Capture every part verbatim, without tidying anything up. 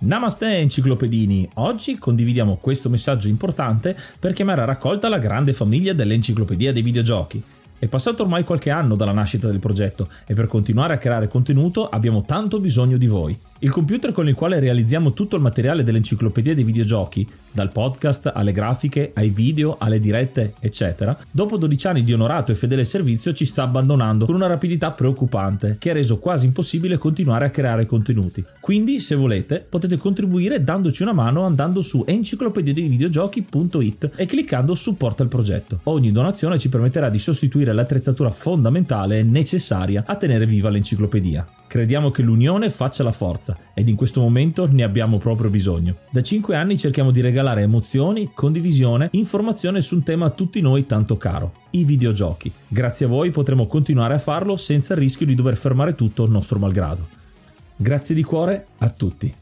Namaste enciclopedini, oggi condividiamo questo messaggio importante per chiamare a raccolta la grande famiglia dell'enciclopedia dei videogiochi. È passato ormai qualche anno dalla nascita del progetto e per continuare a creare contenuto abbiamo tanto bisogno di voi. Il computer con il quale realizziamo tutto il materiale dell'enciclopedia dei videogiochi, dal podcast alle grafiche, ai video, alle dirette, eccetera, dopo dodici anni di onorato e fedele servizio ci sta abbandonando con una rapidità preoccupante che ha reso quasi impossibile continuare a creare contenuti. Quindi, se volete, potete contribuire dandoci una mano andando su enciclopedia dei videogiochi punto it e cliccando supporta il progetto. Ogni donazione ci permetterà di sostituire l'attrezzatura fondamentale e necessaria a tenere viva l'enciclopedia. Crediamo che l'unione faccia la forza ed in questo momento ne abbiamo proprio bisogno. Da cinque anni cerchiamo di regalare emozioni, condivisione, informazione su un tema a tutti noi tanto caro, i videogiochi. Grazie a voi potremo continuare a farlo senza il rischio di dover fermare tutto nostro malgrado. Grazie di cuore a tutti.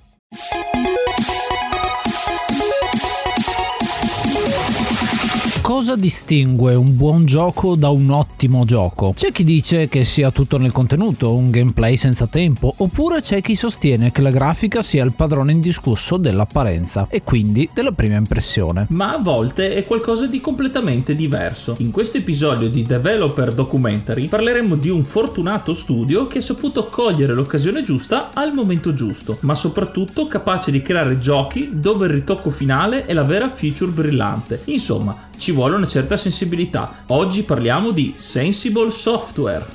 Cosa distingue un buon gioco da un ottimo gioco? C'è chi dice che sia tutto nel contenuto, un gameplay senza tempo, oppure c'è chi sostiene che la grafica sia il padrone indiscusso dell'apparenza e quindi della prima impressione. Ma a volte è qualcosa di completamente diverso. In questo episodio di Developer Documentary parleremo di un fortunato studio che ha saputo cogliere l'occasione giusta al momento giusto, ma soprattutto capace di creare giochi dove il ritocco finale è la vera feature brillante. Insomma, ci vuole una certa sensibilità. Oggi parliamo di Sensible Software.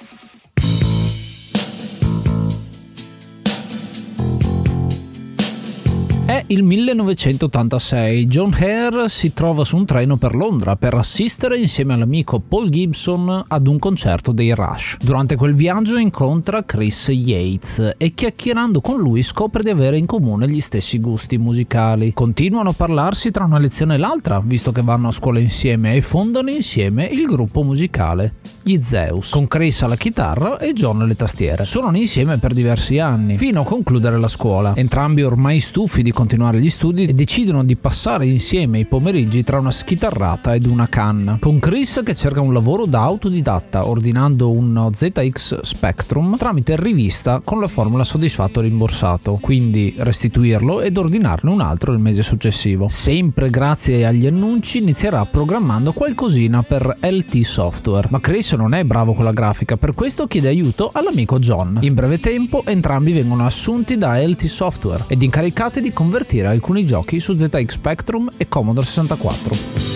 È il millenovecentottantasei, John Hare si trova su un treno per Londra per assistere insieme all'amico Paul Gibson ad un concerto dei Rush. Durante quel viaggio incontra Chris Yates e chiacchierando con lui scopre di avere in comune gli stessi gusti musicali. Continuano a parlarsi tra una lezione e l'altra, visto che vanno a scuola insieme e fondano insieme il gruppo musicale, gli Zeus, con Chris alla chitarra e John alle tastiere. Suonano insieme per diversi anni, fino a concludere la scuola. Entrambi ormai stufi di continuare gli studi e decidono di passare insieme i pomeriggi tra una schitarrata ed una canna, con Chris che cerca un lavoro da autodidatta ordinando uno Z X Spectrum tramite rivista con la formula soddisfatto rimborsato, quindi restituirlo ed ordinarne un altro il mese successivo. Sempre grazie agli annunci inizierà programmando qualcosina per L T Software, ma Chris non è bravo con la grafica, per questo chiede aiuto all'amico John. In breve tempo entrambi vengono assunti da L T Software ed incaricati di convertire alcuni giochi su Z X Spectrum e Commodore sessantaquattro.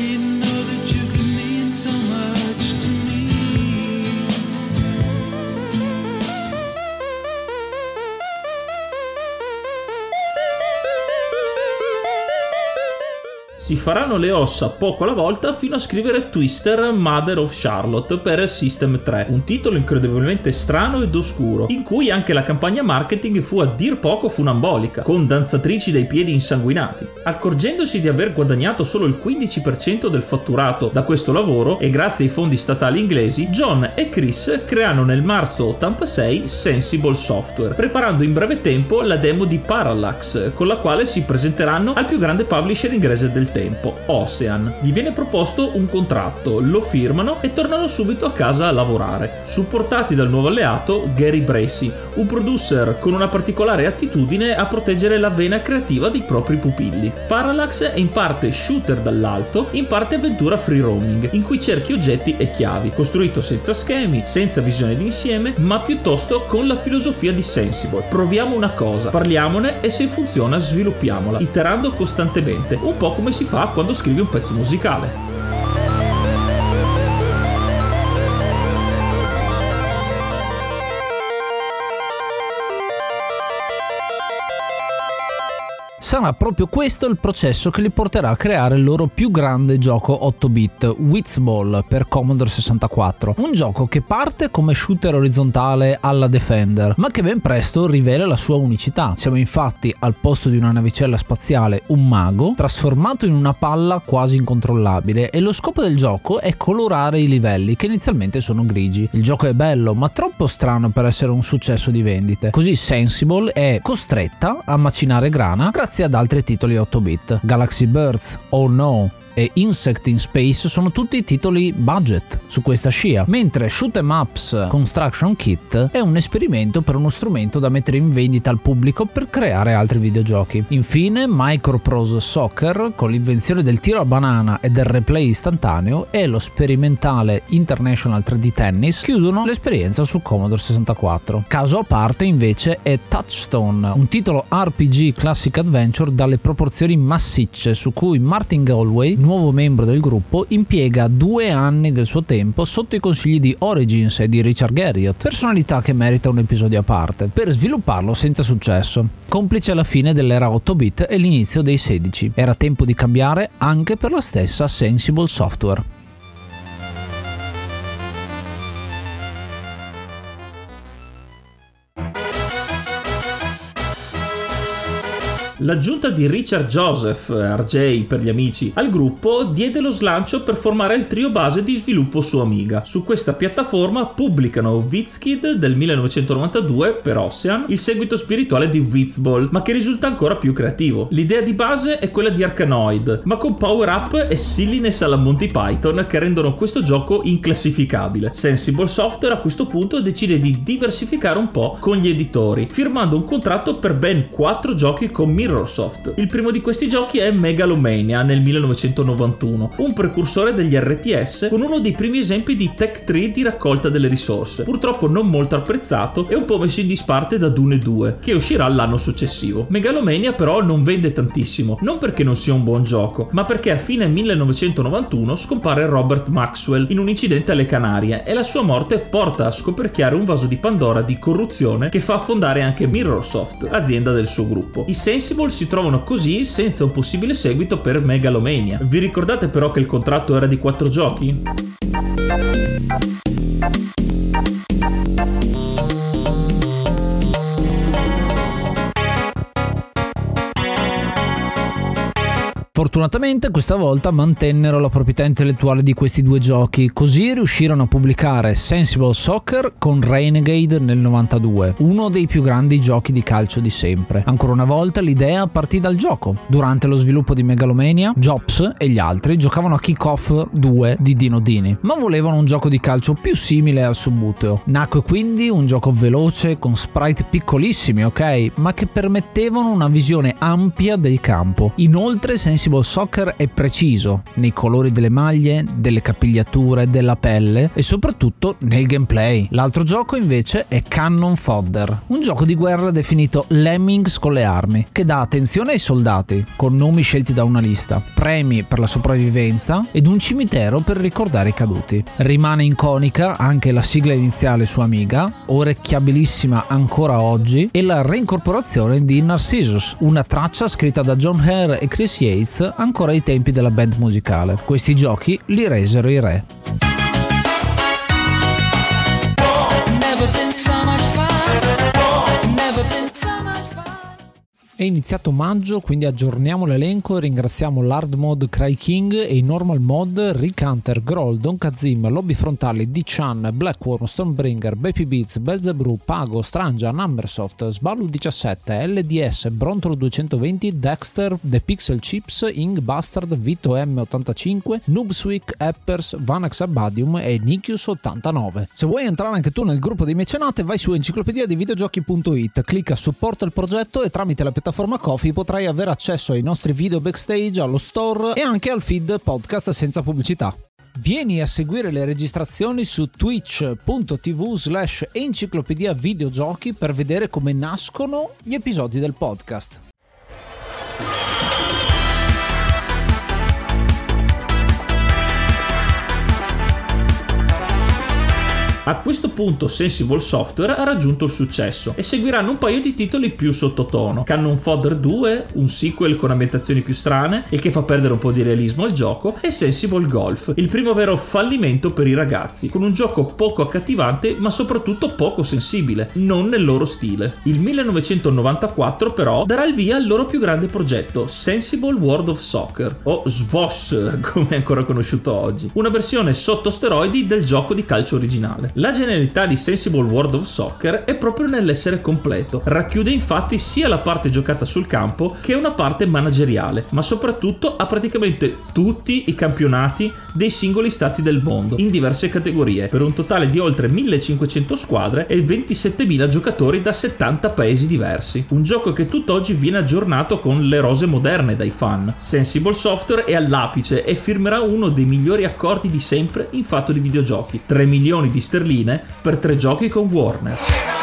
Si faranno le ossa poco alla volta fino a scrivere Twister Mother of Charlotte per System tre, un titolo incredibilmente strano ed oscuro, in cui anche la campagna marketing fu a dir poco funambolica, con danzatrici dai piedi insanguinati. Accorgendosi di aver guadagnato solo il quindici per cento del fatturato da questo lavoro e grazie ai fondi statali inglesi, John e Chris creano nel marzo ottantasei Sensible Software, preparando in breve tempo la demo di Parallax, con la quale si presenteranno al più grande publisher inglese del tempo, Ocean. Gli viene proposto un contratto, lo firmano e tornano subito a casa a lavorare, supportati dal nuovo alleato Gary Bracey, un producer con una particolare attitudine a proteggere la vena creativa dei propri pupilli. Parallax è in parte shooter dall'alto, in parte avventura free roaming, in cui cerchi oggetti e chiavi, costruito senza schemi, senza visione d'insieme, ma piuttosto con la filosofia di Sensible. Proviamo una cosa, parliamone e se funziona sviluppiamola, iterando costantemente, un po' come si fa quando scrivi un pezzo musicale. Sarà proprio questo il processo che li porterà a creare il loro più grande gioco otto bit, Witzball per Commodore sessantaquattro, un gioco che parte come shooter orizzontale alla Defender, ma che ben presto rivela la sua unicità. Siamo infatti al posto di una navicella spaziale un mago trasformato in una palla quasi incontrollabile e lo scopo del gioco è colorare i livelli che inizialmente sono grigi. Il gioco è bello ma troppo strano per essere un successo di vendite, così Sensible è costretta a macinare grana grazie ad altri titoli otto bit, Galaxy Birds, Oh No, e Insect in Space sono tutti titoli budget su questa scia, mentre Shoot 'em Ups Construction Kit è un esperimento per uno strumento da mettere in vendita al pubblico per creare altri videogiochi. Infine Microprose Soccer, con l'invenzione del tiro a banana e del replay istantaneo, e lo sperimentale International tre D Tennis chiudono l'esperienza su Commodore sessantaquattro. Caso a parte invece è Touchstone, un titolo R P G Classic Adventure dalle proporzioni massicce, su cui Martin Galway, nuovo membro del gruppo, impiega due anni del suo tempo sotto i consigli di Origins e di Richard Garriott, personalità che merita un episodio a parte, per svilupparlo senza successo, complice la fine dell'era otto bit e l'inizio dei sedici. Era tempo di cambiare anche per la stessa Sensible Software. L'aggiunta di Richard Joseph, R J per gli amici, al gruppo diede lo slancio per formare il trio base di sviluppo su Amiga. Su questa piattaforma pubblicano WizKid del millenovecentonovantadue per Ocean, il seguito spirituale di Wizball, ma che risulta ancora più creativo. L'idea di base è quella di Arkanoid, ma con power up e silliness alla Monty Python che rendono questo gioco inclassificabile. Sensible Software a questo punto decide di diversificare un po' con gli editori, firmando un contratto per ben quattro giochi con Mirrorsoft. Il primo di questi giochi è Megalomania nel millenovecentonovantuno, un precursore degli R T S con uno dei primi esempi di tech tree di raccolta delle risorse, purtroppo non molto apprezzato e un po' messo in disparte da Dune due, che uscirà l'anno successivo. Megalomania però non vende tantissimo, non perché non sia un buon gioco, ma perché a fine millenovecentonovantuno scompare Robert Maxwell in un incidente alle Canarie e la sua morte porta a scoperchiare un vaso di Pandora di corruzione che fa affondare anche Mirrorsoft, azienda del suo gruppo. I Sensible si trovano così senza un possibile seguito per Megalomania. Vi ricordate però che il contratto era di quattro giochi? Fortunatamente questa volta mantennero la proprietà intellettuale di questi due giochi, così riuscirono a pubblicare Sensible Soccer con Renegade nel novantadue, uno dei più grandi giochi di calcio di sempre. Ancora una volta l'idea partì dal gioco. Durante lo sviluppo di Megalomania, Jobs e gli altri giocavano a Kick-Off due di Dino Dini, ma volevano un gioco di calcio più simile al Subbuteo. Nacque quindi un gioco veloce con sprite piccolissimi, ok, ma che permettevano una visione ampia del campo. Inoltre Sensible Soccer è preciso nei colori delle maglie, delle capigliature, della pelle e soprattutto nel gameplay. L'altro gioco invece è Cannon Fodder, un gioco di guerra definito Lemmings con le armi, che dà attenzione ai soldati, con nomi scelti da una lista, premi per la sopravvivenza ed un cimitero per ricordare i caduti. Rimane iconica anche la sigla iniziale su Amiga, orecchiabilissima ancora oggi, e la reincorporazione di Narcissus, una traccia scritta da John Hare e Chris Yates ancora ai tempi della band musicale. Questi giochi li resero i re. È iniziato maggio, quindi aggiorniamo l'elenco e ringraziamo l'hard mod Cry King e i normal mod Rick Hunter, Groll, Don Kazim, Lobby Frontali, D-Chan, Blackworm, Stormbringer, Baby Beats, Belzebrew, Pago, Strangia, Numbersoft, Sballu diciassette, L D S, Brontolo duecentoventi, Dexter, The Pixel Chips, Ing Bastard, Vito M ottantacinque, Noobswick, Eppers, Vanax Abadium e Nikius ottantanove. Se vuoi entrare anche tu nel gruppo dei mecenate, vai su enciclopedia di videogiochi punto it, clicca supporta il progetto e tramite la piattaforma Ko-fi potrai avere accesso ai nostri video backstage, allo store e anche al feed podcast senza pubblicità. Vieni a seguire le registrazioni su twitch punto tv slash enciclopedia videogiochi per vedere come nascono gli episodi del podcast. A questo punto Sensible Software ha raggiunto il successo e seguiranno un paio di titoli più sottotono. Cannon Fodder due, un sequel con ambientazioni più strane e che fa perdere un po' di realismo al gioco, e Sensible Golf, il primo vero fallimento per i ragazzi, con un gioco poco accattivante ma soprattutto poco sensibile, non nel loro stile. Il millenovecentonovantaquattro però darà il via al loro più grande progetto, Sensible World of Soccer, o S V O S come è ancora conosciuto oggi, una versione sotto steroidi del gioco di calcio originale. La genialità di Sensible World of Soccer è proprio nell'essere completo, racchiude infatti sia la parte giocata sul campo che una parte manageriale, ma soprattutto ha praticamente tutti i campionati dei singoli stati del mondo in diverse categorie, per un totale di oltre millecinquecento squadre e ventisettemila giocatori da settanta paesi diversi. Un gioco che tutt'oggi viene aggiornato con le rose moderne dai fan. Sensible Software è all'apice e firmerà uno dei migliori accordi di sempre in fatto di videogiochi: tre milioni di sterline per tre giochi con Warner.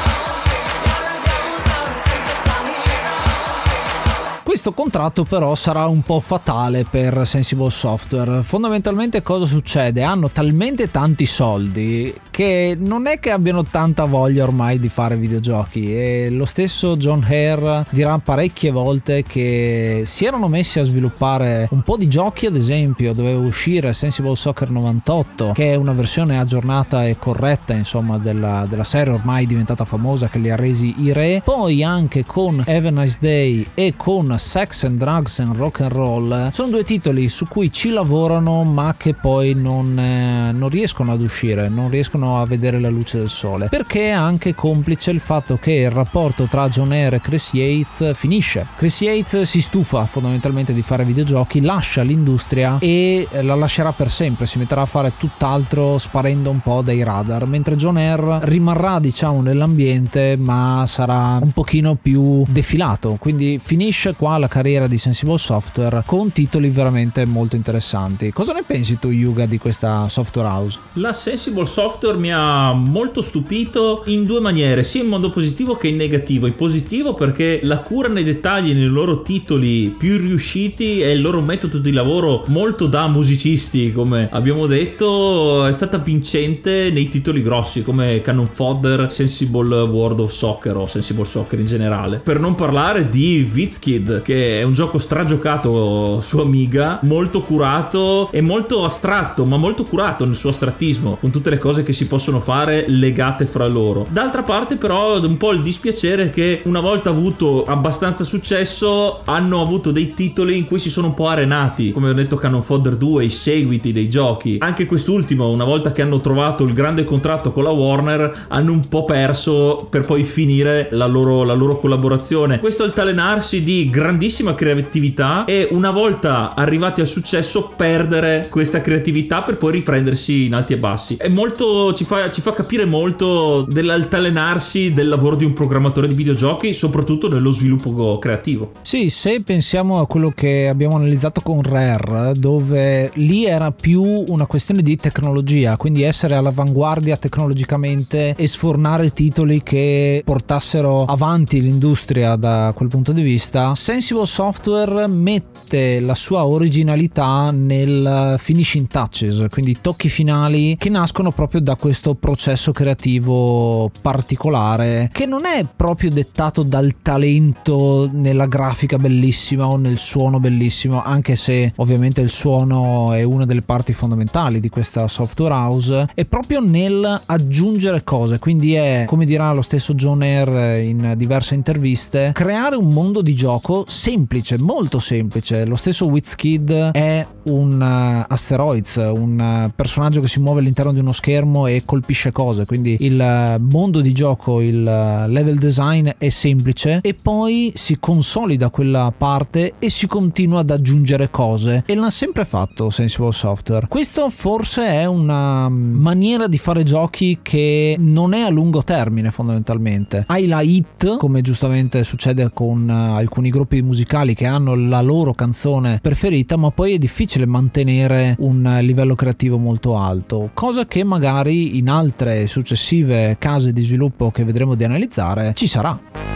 Questo contratto però sarà un po' fatale per Sensible Software. Fondamentalmente cosa succede? Hanno talmente tanti soldi che non è che abbiano tanta voglia ormai di fare videogiochi, e lo stesso John Hare dirà parecchie volte che si erano messi a sviluppare un po' di giochi. Ad esempio doveva uscire Sensible Soccer novantotto, che è una versione aggiornata e corretta insomma della, della serie ormai diventata famosa, che li ha resi i re. Poi anche con Have a Nice Day e con Sex and Drugs and Rock and Roll sono due titoli su cui ci lavorano ma che poi non, eh, non riescono ad uscire, non riescono a vedere la luce del sole, perché è anche complice il fatto che il rapporto tra John Hare e Chris Yates finisce. Chris Yates si stufa fondamentalmente di fare videogiochi, lascia l'industria e la lascerà per sempre, si metterà a fare tutt'altro sparendo un po' dai radar, mentre John Hare rimarrà diciamo nell'ambiente ma sarà un pochino più defilato, quindi finisce qua la carriera di Sensible Software con titoli veramente molto interessanti. Cosa ne pensi tu, Yuga, di questa software house? La Sensible Software mi ha molto stupito in due maniere, sia in modo positivo che in negativo. In positivo perché la cura nei dettagli nei loro titoli più riusciti e il loro metodo di lavoro molto da musicisti, come abbiamo detto, è stata vincente nei titoli grossi come Cannon Fodder, Sensible World of Soccer o Sensible Soccer in generale. Per non parlare di WizKid, che è un gioco stragiocato su Amiga, molto curato e molto astratto, ma molto curato nel suo astrattismo, con tutte le cose che si possono fare legate fra loro. D'altra parte però un po' il dispiacere che una volta avuto abbastanza successo hanno avuto dei titoli in cui si sono un po' arenati, come ho detto Cannon Fodder due, i seguiti dei giochi. Anche quest'ultimo, una volta che hanno trovato il grande contratto con la Warner, hanno un po' perso per poi finire la loro, la loro collaborazione. Questo altalenarsi di grandissima creatività e una volta arrivati al successo perdere questa creatività per poi riprendersi in alti e bassi. È molto, ci fa, ci fa capire molto dell'altalenarsi del lavoro di un programmatore di videogiochi, soprattutto nello sviluppo creativo. Sì, se pensiamo a quello che abbiamo analizzato con Rare, dove lì era più una questione di tecnologia, quindi essere all'avanguardia tecnologicamente e sfornare titoli che portassero avanti l'industria da quel punto di vista, Sensible Software mette la sua originalità nel finishing touches, quindi tocchi finali che nascono proprio da questo processo creativo particolare, che non è proprio dettato dal talento nella grafica bellissima o nel suono bellissimo, anche se ovviamente il suono è una delle parti fondamentali di questa software house, è proprio nel aggiungere cose. Quindi è, come dirà lo stesso John Hare in diverse interviste, creare un mondo di gioco semplice, molto semplice. Lo stesso WizKid è un uh, Asteroids, un uh, personaggio che si muove all'interno di uno schermo e colpisce cose, quindi il uh, mondo di gioco, il uh, level design è semplice e poi si consolida quella parte e si continua ad aggiungere cose, e l'ha sempre fatto Sensible Software. Questo forse è una maniera di fare giochi che non è a lungo termine. Fondamentalmente hai la hit, come giustamente succede con uh, alcuni gruppi musicali che hanno la loro canzone preferita, ma poi è difficile mantenere un livello creativo molto alto, cosa che magari in altre successive case di sviluppo che vedremo di analizzare ci sarà.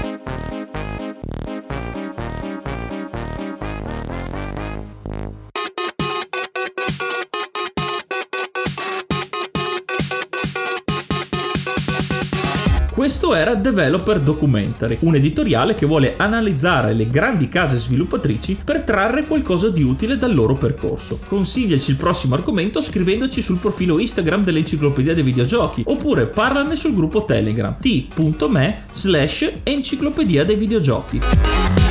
Questo era Developer Documentary, un editoriale che vuole analizzare le grandi case sviluppatrici per trarre qualcosa di utile dal loro percorso. Consigliaci il prossimo argomento scrivendoci sul profilo Instagram dell'Enciclopedia dei Videogiochi, oppure parlane sul gruppo Telegram t punto me slash Enciclopedia dei Videogiochi.